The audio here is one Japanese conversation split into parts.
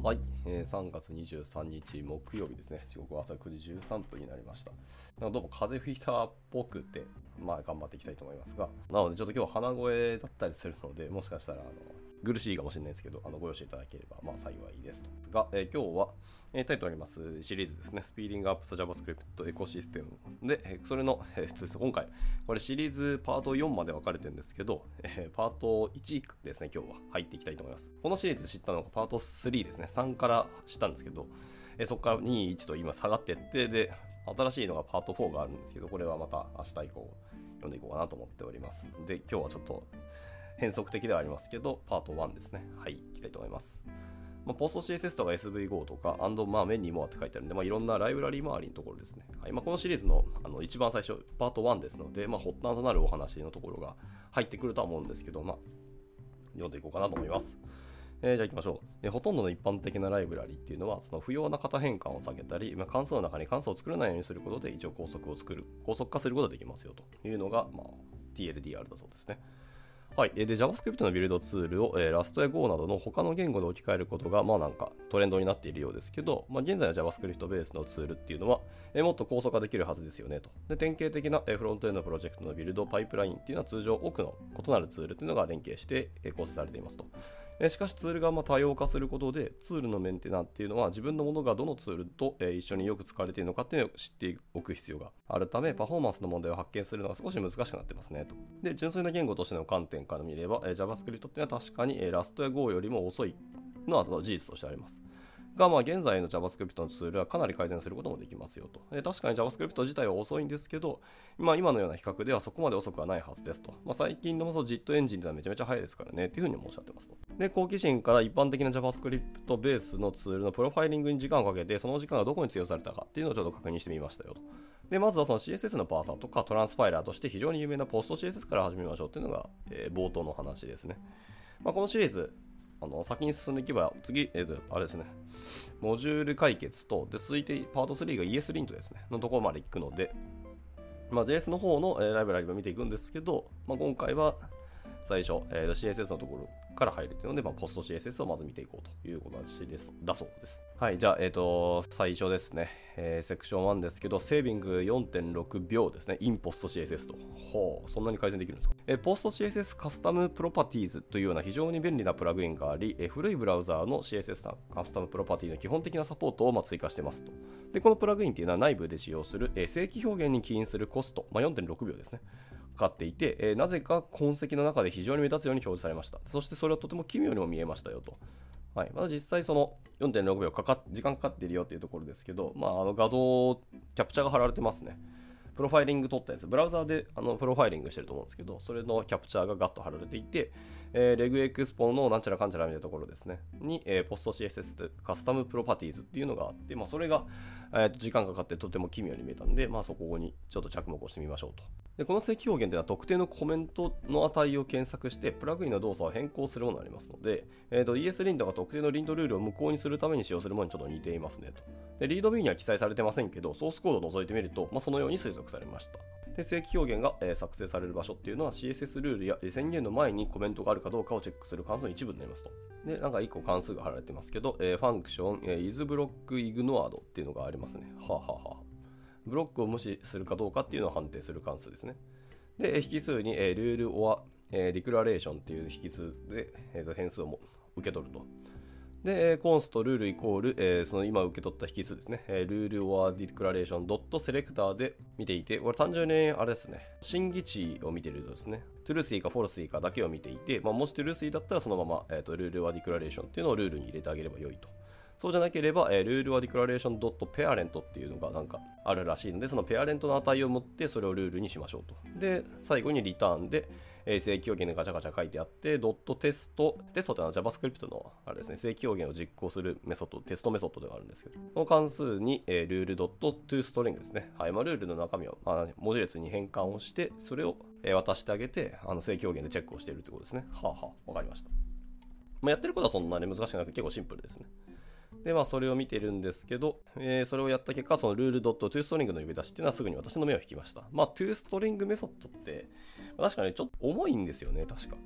はい、3月23日木曜日ですね。時刻は朝9時13分になりました。どうも風邪ひいたっぽくて、頑張っていきたいと思いますが、なのでちょっと今日鼻声だったりするので、もしかしたら苦しいかもしれないですけど、ご容赦いただければ幸いですと。が、今日は、タイトルありますシリーズですね。スピーディングアップと JavaScript エコシステムで、それの、今回、これシリーズパート4まで分かれてるんですけど、パート1ですね、今日は入っていきたいと思います。このシリーズ知ったのがパート3ですね。3から知ったんですけど、そこから2、1と今下がっていって、で、新しいのがパート4があるんですけど、これはまた明日以降読んでいこうかなと思っております。で、今日はちょっと変則的ではありますけど、パート1ですね。はい、いきたいと思います。ポスト CSS とか SVGO とか、メニューもって書いてあるんで、いろんなライブラリー周りのところですね。はい、このシリーズの一番最初、パート1ですので、発端となるお話のところが入ってくるとは思うんですけど、読んでいこうかなと思います。じゃあ行きましょう。ほとんどの一般的なライブラリっていうのは、その不要な型変換を下げたり、関数の中に関数を作らないようにすることで一応高速化することができますよというのが、TLDR だそうですね。はい。で、JavaScript のビルドツールを、Rust や Go などの他の言語で置き換えることが、トレンドになっているようですけど、現在の JavaScript ベースのツールっていうのは、もっと高速化できるはずですよねと。で、典型的なフロントエンドプロジェクトのビルドパイプラインっていうのは通常多くの異なるツールっていうのが連携して構成されていますと。しかしツールが多様化することでツールのメンテナンっていうのは自分のものがどのツールと一緒によく使われているのかっていうのを知っておく必要があるため、パフォーマンスの問題を発見するのが少し難しくなってますねと。で、純粋な言語としての観点から見れば JavaScript っていうのは確かに Rust や Go よりも遅いのは事実としてありますが、現在の JavaScript のツールはかなり改善することもできますよと。確かに JavaScript 自体は遅いんですけど、今のような比較ではそこまで遅くはないはずですと。最近のJIT エンジンではめちゃめちゃ速いですからねっていうふうにもおっしゃってますと。で、好奇心から一般的な JavaScript ベースのツールのプロファイリングに時間をかけて、その時間がどこに使用されたかっていうのをちょっと確認してみましたよと。で、まずはその CSS のパーサーとかトランスファイラーとして非常に有名なポスト CSS から始めましょうっていうのが、冒頭の話ですね。このシリーズ、先に進んでいけば、次、あれですね、モジュール解決と、で、続いてパート3が ESLint ですね、のところまで行くので、JS の方のライブラリを見ていくんですけど、今回は最初、CSS のところから入るというので、ポスト CSS をまず見ていこうということだそうです。はい、じゃあ、最初ですね、セクション1ですけど、セービング 4.6 秒ですね、インポスト CSS と。そんなに改善できるんですか。ポスト CSS カスタムプロパティーズというような非常に便利なプラグインがあり、古いブラウザーの CSS のカスタムプロパティの基本的なサポートを追加してますと。で、このプラグインというのは内部で使用する正規表現に起因するコスト、4.6 秒ですね。かかっていて、なぜか痕跡の中で非常に目立つように表示されました。そしてそれはとても奇妙にも見えましたよと。はい、まだ実際その 4.6 秒時間かかっているよっていうところですけど、画像キャプチャーが貼られてますね。プロファイリング撮ったやつ、ブラウザーでプロファイリングしてると思うんですけど、それのキャプチャーがガッと貼られていて、レグエクスポのなんちゃらかんちゃらみたいなところですね、に、ポスト CSS でカスタムプロパティーズっていうのがあって、それが、時間かかってとても奇妙に見えたんで、そこにちょっと着目をしてみましょうと。で、この正規表現では特定のコメントの値を検索して、プラグインの動作を変更するものがありますので、ESLint が特定のリンドルールを無効にするために使用するものにちょっと似ていますねと。で、リードビューには記載されてませんけど、ソースコードを覗いてみると、そのように推測されました。で、正規表現が、作成される場所っていうのは CSS ルールや宣言の前にコメントがあるかどうかをチェックする関数の一部になりますと。で、1個関数が貼られてますけど、ファンクション、isBlockIgnored っていうのがありますね。ブロックを無視するかどうかっていうのを判定する関数ですね。で、引数に、ルール or declaration っていう引数で、変数を受け取ると。で、コンストルールイコール、その今受け取った引数ですね。ルール or declaration .selector で見ていて、これ単純にあれですね、真偽値を見ているとですね、truthy か falsy かだけを見ていて、もし truthy だったらそのまま、ルール or declaration っていうのをルールに入れてあげればよいと。そうじゃなければ、ルール or declaration.parent っていうのがあるらしいので、そのペアレントの値を持ってそれをルールにしましょうと。で、最後にリターンで、正規表現でガチャガチャ書いてあって、テストというのは JavaScript のあれですね、正規表現を実行するメソッド、テストメソッドではあるんですけど、この関数に、ルール .toString ですね。はい、ルールの中身を、文字列に変換をして、それを渡してあげて、正規表現でチェックをしているということですね。わかりました。やってることはそんなに難しくなくて結構シンプルですね。で、それを見てるんですけど、それをやった結果、そのルール .toString の呼び出しっていうのはすぐに私の目を引きました。toString メソッドって、確かにちょっと重いんですよね、確か。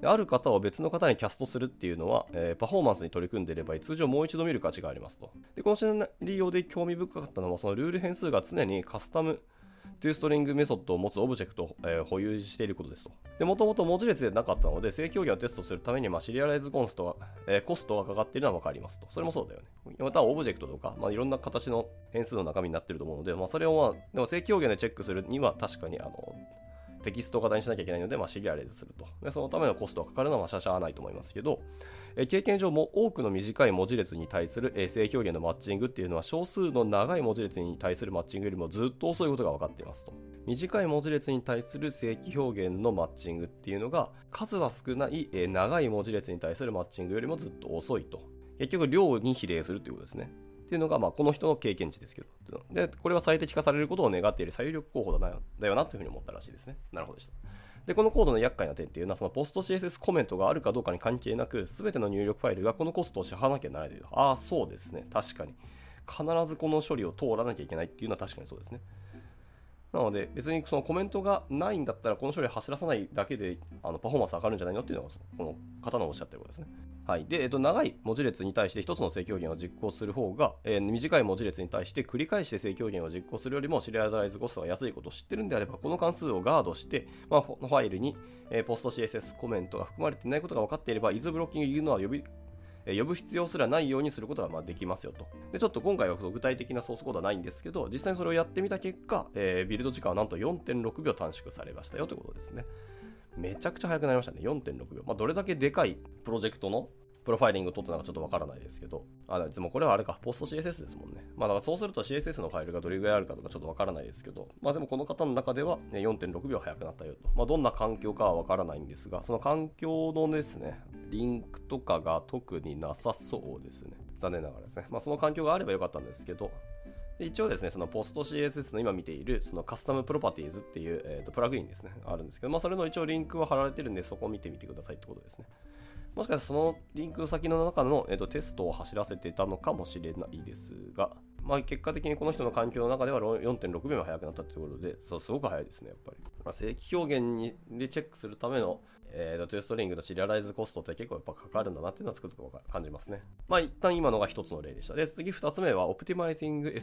である方を別の方にキャストするっていうのは、パフォーマンスに取り組んでいれば通常もう一度見る価値がありますと。でこのシナリオで興味深かったのは、そのルール変数が常にカスタムトゥーストリングメソッドを持つオブジェクトを、保有していることですと。で、もともと文字列でなかったので、正教言をテストするために、シリアライズコストがかかっているのは分かりますと。それもそうだよね。また、オブジェクトとか、いろんな形の変数の中身になっていると思うので、それを、でも正教言でチェックするには、確かにテキスト型にしなきゃいけないので、シリアライズすると。で、そのためのコストがかかるのはしゃあないと思いますけど、経験上も多くの短い文字列に対する正教言のマッチングっていうのは少数の長い文字列に対するマッチングよりもずっと遅いことが分かっていますと。短い文字列に対する正規表現のマッチングっていうのが数は少ない長い文字列に対するマッチングよりもずっと遅いと。結局量に比例するということですね。っていうのがこの人の経験値ですけど。で、これは最適化されることを願っている最有力候補だよなというふうに思ったらしいですね。なるほどでした。で、このコードの厄介な点っていうのは、そのポスト CSS コメントがあるかどうかに関係なく、すべての入力ファイルがこのコストを支払わなきゃならないという。ああ、そうですね。確かに。必ずこの処理を通らなきゃいけないっていうのは確かにそうですね。なので、別にそのコメントがないんだったら、この処理を走らさないだけでパフォーマンス上がるんじゃないのっていうのが、この方のおっしゃってることですね。はい。で、長い文字列に対して一つの正教言を実行する方が、短い文字列に対して繰り返して正教言を実行するよりもシリアライズコストが安いことを知ってるんであれば、この関数をガードして、ファイルに、ポスト CSS コメントが含まれていないことが分かっていれば、イズブロッキング言うのは呼ぶ必要すらないようにすることができますよと。で、ちょっと今回は具体的なソースコードはないんですけど、実際にそれをやってみた結果、ビルド時間はなんと 4.6 秒短縮されましたよということですね。めちゃくちゃ早くなりましたね。 4.6 秒。どれだけでかいプロジェクトのプロファイリングを取ったのかちょっとわからないですけど、でもこれはあれか、ポスト CSS ですもんね。だからそうすると CSS のファイルがどれぐらいあるかとかちょっとわからないですけど、でもこの方の中では 4.6 秒早くなったよと。どんな環境かはわからないんですが、その環境のですね、リンクとかが特になさそうですね。残念ながらですね。その環境があればよかったんですけど、で一応ですね、そのポスト CSS の今見ているそのカスタムプロパティーズっていう、プラグインですね、あるんですけど、それの一応リンクは貼られてるんで、そこを見てみてくださいってことですね。もしかしたらそのリンク先の中の、テストを走らせていたのかもしれないですが、結果的にこの人の環境の中では 4.6 秒も速くなったということで、すごく速いですね、やっぱり。正規表現でチェックするための、トゥーストリングのシリアライズコストって結構やっぱかかるんだなっていうのはつくづく感じますね。一旦今のが一つの例でした。で、次二つ目は Optimizing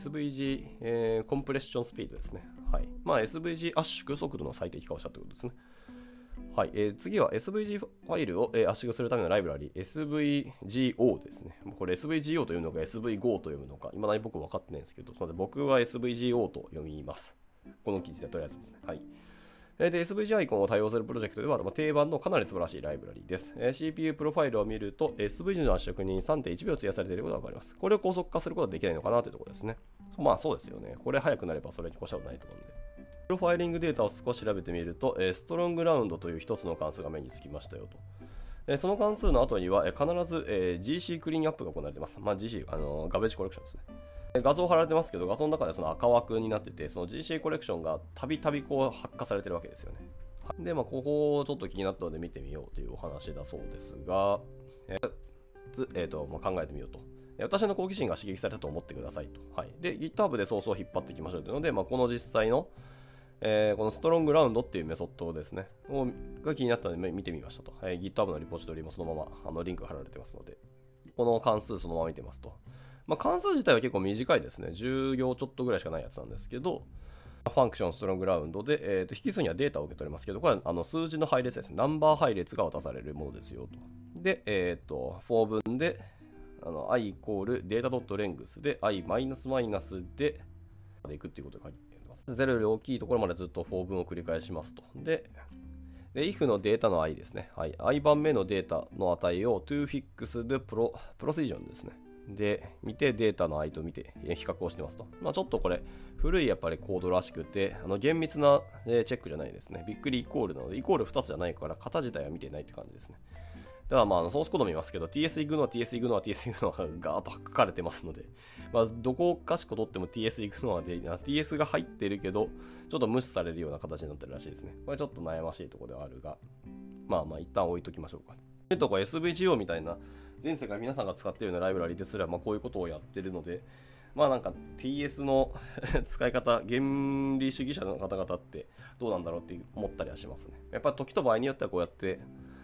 SVG、コンプレッションスピードですね。はい。SVG 圧縮速度の最適化をしたということですね。はい。次は SVG ファイルを圧縮するためのライブラリ、SVGO ですね。これ SVGO というのか SVGO と読むのか、今だに僕分かってないんですけど、すみません。僕は SVGO と読みます。この記事でとりあえずですね。はい。で、SVG アイコンを対応するプロジェクトでは、定番のかなり素晴らしいライブラリです。CPU プロファイルを見ると、SVG の圧縮に 3.1 秒費やされていることが分かります。これを高速化することはできないのかなというところですね。そうですよね。これ早くなればそれに越したことないと思うんで。プロファイリングデータを少し調べてみると、ストロングラウンドという一つの関数が目につきましたよと。その関数の後には、必ず、GC クリーンアップが行われています。GC、ガベージコレクションですね。画像貼られてますけど、画像の中でその赤枠になってて、その GC コレクションがたびたび発火されてるわけですよね。で、ここちょっと気になったので見てみようというお話だそうですが、考えてみようと。私の好奇心が刺激されたと思ってくださいと。はい。で、GitHub でソースを引っ張っていきましょうというので、この実際の、このストロングラウンドっていうメソッドですね、が気になったので見てみましたと。GitHub のリポジトリもそのままリンク貼られてますので、この関数そのまま見てますと。関数自体は結構短いですね。10行ちょっとぐらいしかないやつなんですけど、ファンクションストロングラウンドで、引数にはデータを受け取れますけど、これは数字の配列ですね。ナンバー配列が渡されるものですよと。で、for 文で、i イコールデータ .length で i マイナスマイナスでいくっていうことが書いてます。0より大きいところまでずっと for 文を繰り返しますと。で、if のデータの i ですね。i 番目のデータの値を toFixed precision ですね。で、見てデータの i と見て比較をしてますと。ちょっとこれ古いやっぱりコードらしくて、厳密なチェックじゃないですね。びっくりイコールなので、イコール2つじゃないから型自体は見てないって感じですね。だからソースコード見ますけど、TS イグノア、TS イグノア、TS イグノアがガーッと書かれてますので、どこかしこ取っても TS イグノアで、TS が入ってるけど、ちょっと無視されるような形になってるらしいですね。これちょっと悩ましいところではあるが、一旦置いときましょうか。とか SVGO みたいな、全世界皆さんが使っているようなライブラリですら、こういうことをやってるので、TS の使い方、原理主義者の方々ってどうなんだろうって思ったりはしますね。やっぱり時と場合によってはこうやって、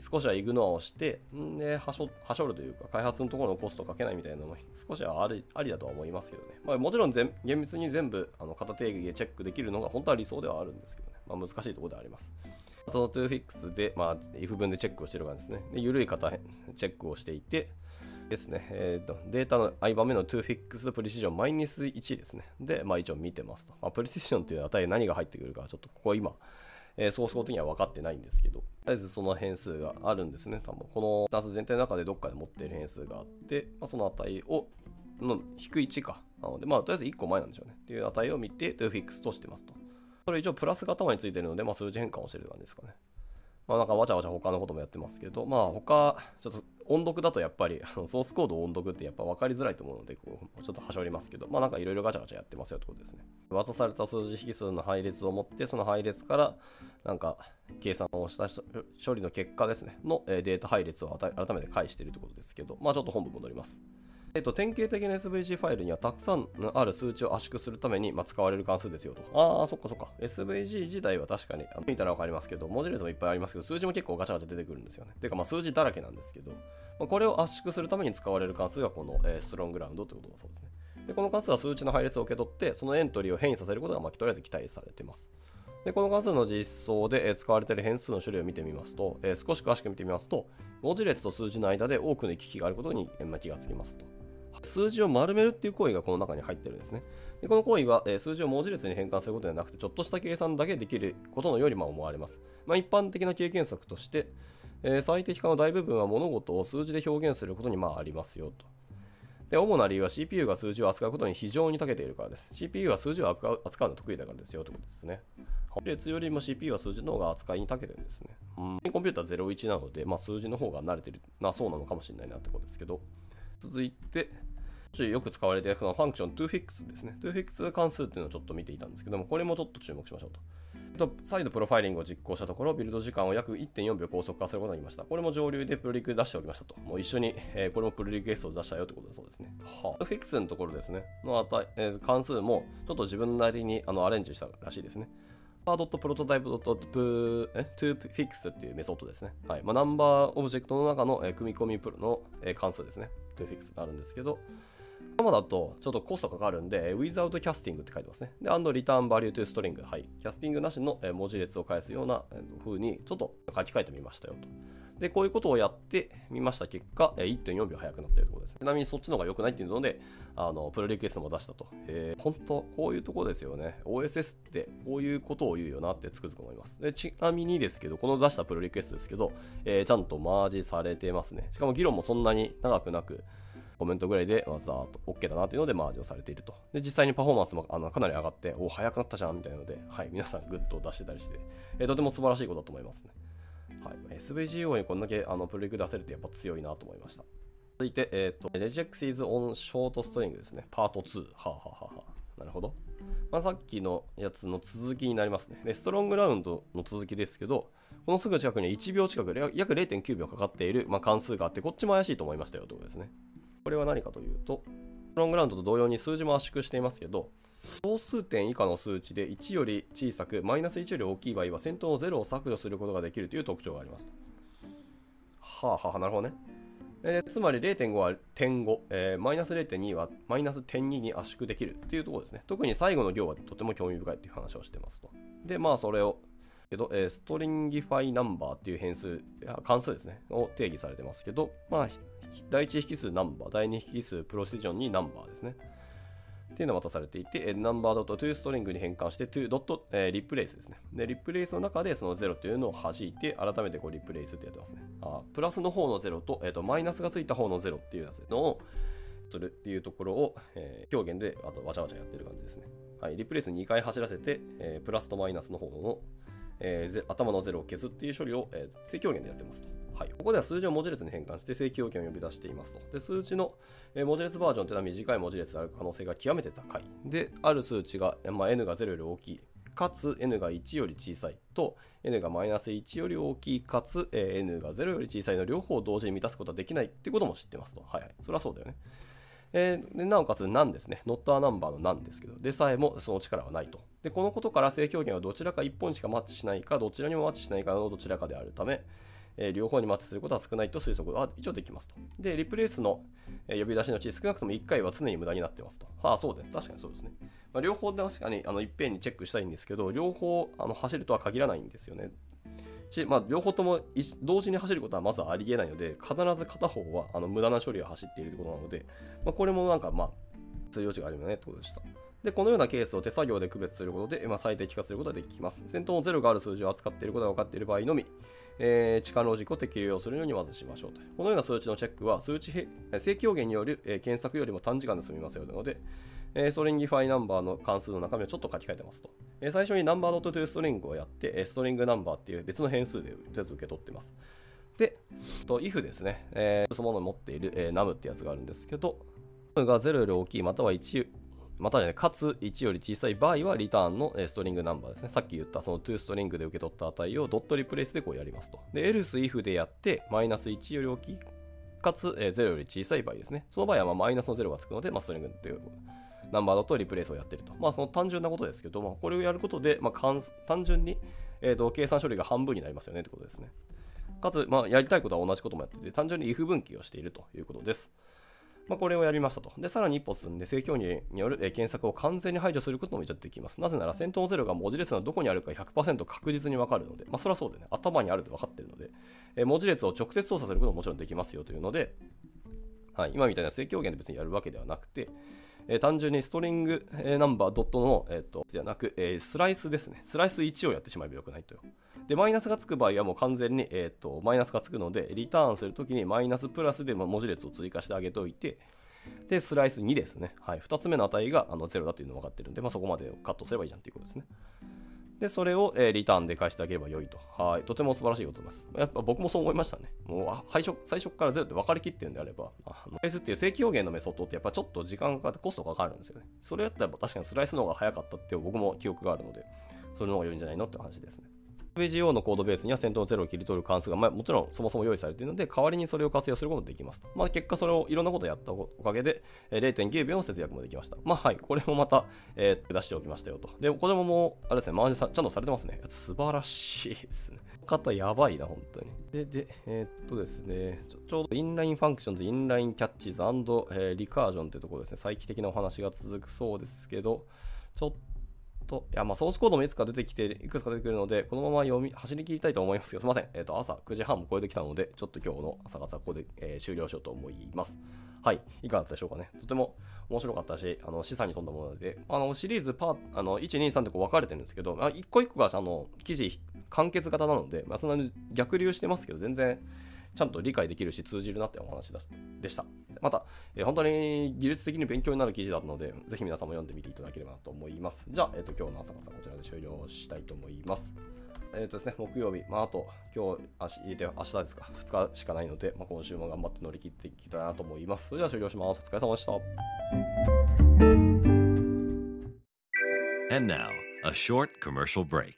少しはイグノアをして、で、はしょるというか、開発のところのコストをかけないみたいなのも少しはありだとは思いますけどね。まあ、もちろん厳密に全部型定義でチェックできるのが本当は理想ではあるんですけどね。まあ、難しいところではあります。その ToFix で、まあ、if 文でチェックをしているからですね。で、緩い型チェックをしていて、ですね。データの i 番目の ToFix プリシジョンマイナス1ですね。で、まあ一応見てますと。まあ、プリシジョンという値何が入ってくるか、ちょっとここ今、ソースコード的には分かってないんですけど、とりあえずその変数があるんですね。多分このタス全体の中でどっかで持っている変数があって、まあ、その値を低い1か。なので、まあとりあえず1個前なんでしょうね。っていう値を見て ToFix としてますと。それ一応プラスが頭についているので、まあ数字変換をしている感じですかね。まあなんかわちゃわちゃ他のこともやってますけど、まあ他、ちょっと音読だとやっぱりソースコードを音読ってやっぱ分かりづらいと思うので、こうちょっとはしょりますけど、まあなんかいろいろガチャガチャやってますよってことですね。渡された数字引数の配列を持って、その配列からなんか計算をした処理の結果ですね、のデータ配列を改めて返しているということですけど、まあちょっと本部戻ります。典型的な SVG ファイルにはたくさんある数値を圧縮するために使われる関数ですよと。そっかそっか。SVG 自体は確かに見たらわかりますけど、文字列もいっぱいありますけど、数字も結構ガチャガチャ出てくるんですよね。ていうかまあ数字だらけなんですけど、これを圧縮するために使われる関数がこのストロングラウンドということだそうですね。で、この関数は数値の配列を受け取って、そのエントリーを変異させることがとりあえず期待されています。で、この関数の実装で使われている変数の種類を見てみますと、少し詳しく見てみますと、文字列と数字の間で多くの行き来があることに気がつきますと。数字を丸めるっていう行為がこの中に入ってるんですね。でこの行為は、数字を文字列に変換することではなくて、ちょっとした計算だけできることのように思われます。一般的な経験則として、最適化の大部分は物事を数字で表現することにありますよと。で、主な理由は CPU が数字を扱うことに非常に長けているからです。CPU は数字を扱うの得意だからですよということですね。文字列よりも CPU は数字の方が扱いに長けてるんですね。コンピューター01なので、数字の方が慣れてるそうなのかもしれないなってことですけど、続いて、よく使われているファンクション ToFix ですね。ToFix 関数っていうのをちょっと見ていたんですけども、これもちょっと注目しましょうと。再度プロファイリングを実行したところ、ビルド時間を約 1.4 秒高速化することができました。これも上流でプルリク出しておきましたと。もう一緒に、これもプルリクエストを出したよということだそうですね。ToFix のところですね。の関数もちょっと自分なりにアレンジしたらしいですね。toFix っていうメソッドですね。はい。ナンバーオブジェクトの中の組み込みプロの関数ですね。ToFix があるんですけど、このままだとちょっとコストかかるんで、without casting って書いてますね。で、and return value to string。はい。キャスティングなしの文字列を返すような風にちょっと書き換えてみましたよと。で、こういうことをやってみました結果、1.4 秒早くなったというところです。ちなみにそっちの方が良くないっていうので、プロリクエストも出したと。本当、こういうところですよね。OSS ってこういうことを言うよなってつくづく思います。で、ちなみにですけど、この出したプロリクエストですけど、ちゃんとマージされてますね。しかも議論もそんなに長くなく、コメントぐらいで、ざーっと OK だなっていうのでマージをされていると。で、実際にパフォーマンスもかなり上がって、早くなったじゃんみたいなので、はい、皆さんグッドを出してたりして、とても素晴らしいことだと思いますね。はい、SVGO にこんだけプルリク出せるってやっぱ強いなと思いました。続いて、Regex is on short string ですね。パート2。なるほど。さっきのやつの続きになりますね。で、ストロングラウンドの続きですけど、このすぐ近くに1秒近く、約 0.9 秒かかっている、関数があって、こっちも怪しいと思いましたよということですね。これは何かというと、ストロングラウンドと同様に数字も圧縮していますけど、小数点以下の数値で1より小さく、マイナス1より大きい場合は、先頭の0を削除することができるという特徴があります。なるほどね。つまり 0.5 は点5、マイナス 0.2 はマイナス点2に圧縮できるっていうところですね。特に最後の行はとても興味深いっていう話をしてますと。で、それを、ストリンギファイナンバーっていう関数ですね、を定義されてますけど、第1引数ナンバー、第2引数プロシジョンにナンバーですね。っていうのが渡されていて、ナンバー .toString に変換して to.replace ですね。で、リプレイスの中でその0というのを弾いて、改めてリプレイスってやってますね。プラスの方の0と、マイナスがついた方の0っていうやつのをするっていうところを、表現であとわちゃわちゃやってる感じですね。はい、リプレイス2回走らせて、プラスとマイナスの方の、頭の0を消すっていう処理を、正規表現でやってますと。はい、ここでは数字を文字列に変換して正規表現を呼び出していますと。で、数値の文字列バージョンというのは短い文字列である可能性が極めて高い。で、ある数値が、n が0より大きい、かつ n が1より小さいと n がマイナス1より大きい、かつ n が0より小さいの両方を同時に満たすことはできないってことも知ってますと。はいはい。それはそうだよね。でなおかつ何ですね。not a number の何ですけど、でさえもその力はないと。で、このことから正規表現はどちらか一本しかマッチしないか、どちらにもマッチしないかのどちらかであるため、 両方にマッチすることは少ないと推測は一応できますと。で、リプレイスの呼び出しのうち少なくとも1回は常に無駄になってますと。そうです。確かにそうですね。両方で確かにいっぺんにチェックしたいんですけど、両方走るとは限らないんですよね。両方とも同時に走ることはまずありえないので、必ず片方は無駄な処理を走っているということなので、これも通用値があるよねってことでした。で、このようなケースを手作業で区別することで、最適化することができます。先頭の0がある数字を扱っていることが分かっている場合のみ、置換ロジックを適用するようにまずしましょうと。このような数値のチェックは、正規表現による検索よりも短時間で済みますよので、ストリンギファイナンバーの関数の中身をちょっと書き換えてますと。最初にナンバー.to ストリングをやって、ストリングナンバーっていう別の変数でとりあえず受け取ってます。で、if ですね、そのものを持っている、num ってやつがあるんですけど、num が0より大きいまたは1かつ1より小さい場合はリターンのストリングナンバーですね。さっき言ったその to ストリングで受け取った値をドットリプレイスでこうやりますと。で、else if でやってマイナス1より大きいかつ0より小さい場合ですね。その場合はマイナスの0がつくので、ストリングっていうナンバーとリプレイスをやっていると。その単純なことですけど、これをやることで、単純に、計算処理が半分になりますよねってことですね。かつ、やりたいことは同じこともやってて、単純に if 分岐をしているということです。これをやりましたと。で、さらに一歩進んで、正規表現による検索を完全に排除することも一応できます。なぜなら、先頭の0が文字列のどこにあるか 100% 確実に分かるので、それはそうでね、頭にあると分かっているので、文字列を直接操作することももちろんできますよというので、今みたいな正規表現で別にやるわけではなくて、単純にストリングナンバードットの、じゃなく、スライスですね。スライス1をやってしまえばよくないと。で、マイナスがつく場合はもう完全に、マイナスがつくので、リターンするときにマイナスプラスで文字列を追加してあげておいて、で、スライス2ですね。2つ目の値が0だというのが分かっているので、そこまでカットすればいいじゃんということですね。で、それを、リターンで返してあげれば良いと。とても素晴らしいことです。やっぱ僕もそう思いましたね。もう最初から0って分かりきってるんであれば、スライスっていう正規表現のメソッドってやっぱちょっと時間がかかってコストがかかるんですよね。それやったら確かにスライスの方が早かったって僕も記憶があるので、それの方が良いんじゃないのって話ですね。VGO のコードベースには先頭の0を切り取る関数が、もちろんそもそも用意されているので、代わりにそれを活用することができますと。結果それをいろんなことをやったおかげで、0.9 秒の節約もできました。これもまた、出しておきましたよと。で、これももう、あれですね、マージちゃんとされてますね。素晴らしいですね。方やばいな、本当に。で、ですね、ちょうどインラインファンクションズ、インラインキャッチーズ&リカージョンというところですね、再帰的なお話が続くそうですけど、ちょっと、ソースコードもいくつか出てくるので、このまま走り切りたいと思いますけど、すみません。朝9時半も超えてきたので、ちょっと今日の朝方はここで、終了しようと思います。いかがだったでしょうかね。とても面白かったし、示唆に富んだもので、シリーズ1、2、3ってこう分かれてるんですけど、一個一個が記事完結型なので、そんなに逆流してますけど、全然ちゃんと理解できるし通じるなってお話でした。また、本当に技術的に勉強になる記事だったので、ぜひ皆さんも読んでみていただければなと思います。じゃあ、今日の朝方こちらで終了したいと思います。ですね、木曜日、あと今日入れて明日ですか、2日しかないので、今週も頑張って乗り切っていきたいなと思います。それでは終了します。お疲れ様でした。 And now, a short commercial break.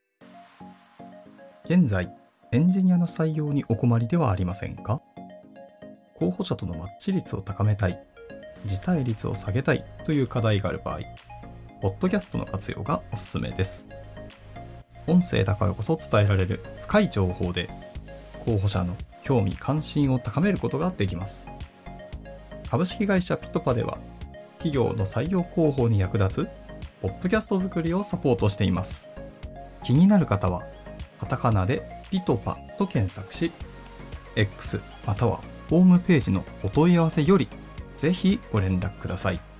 現在、エンジニアの採用にお困りではありませんか？候補者とのマッチ率を高めたい、辞退率を下げたいという課題がある場合、ポッドキャストの活用がおすすめです。音声だからこそ伝えられる深い情報で、候補者の興味関心を高めることができます。株式会社ピトパでは、企業の採用広報に役立つポッドキャスト作りをサポートしています。気になる方は、カタカナでピトパと検索し、X またはホームページのお問い合わせよりぜひご連絡ください。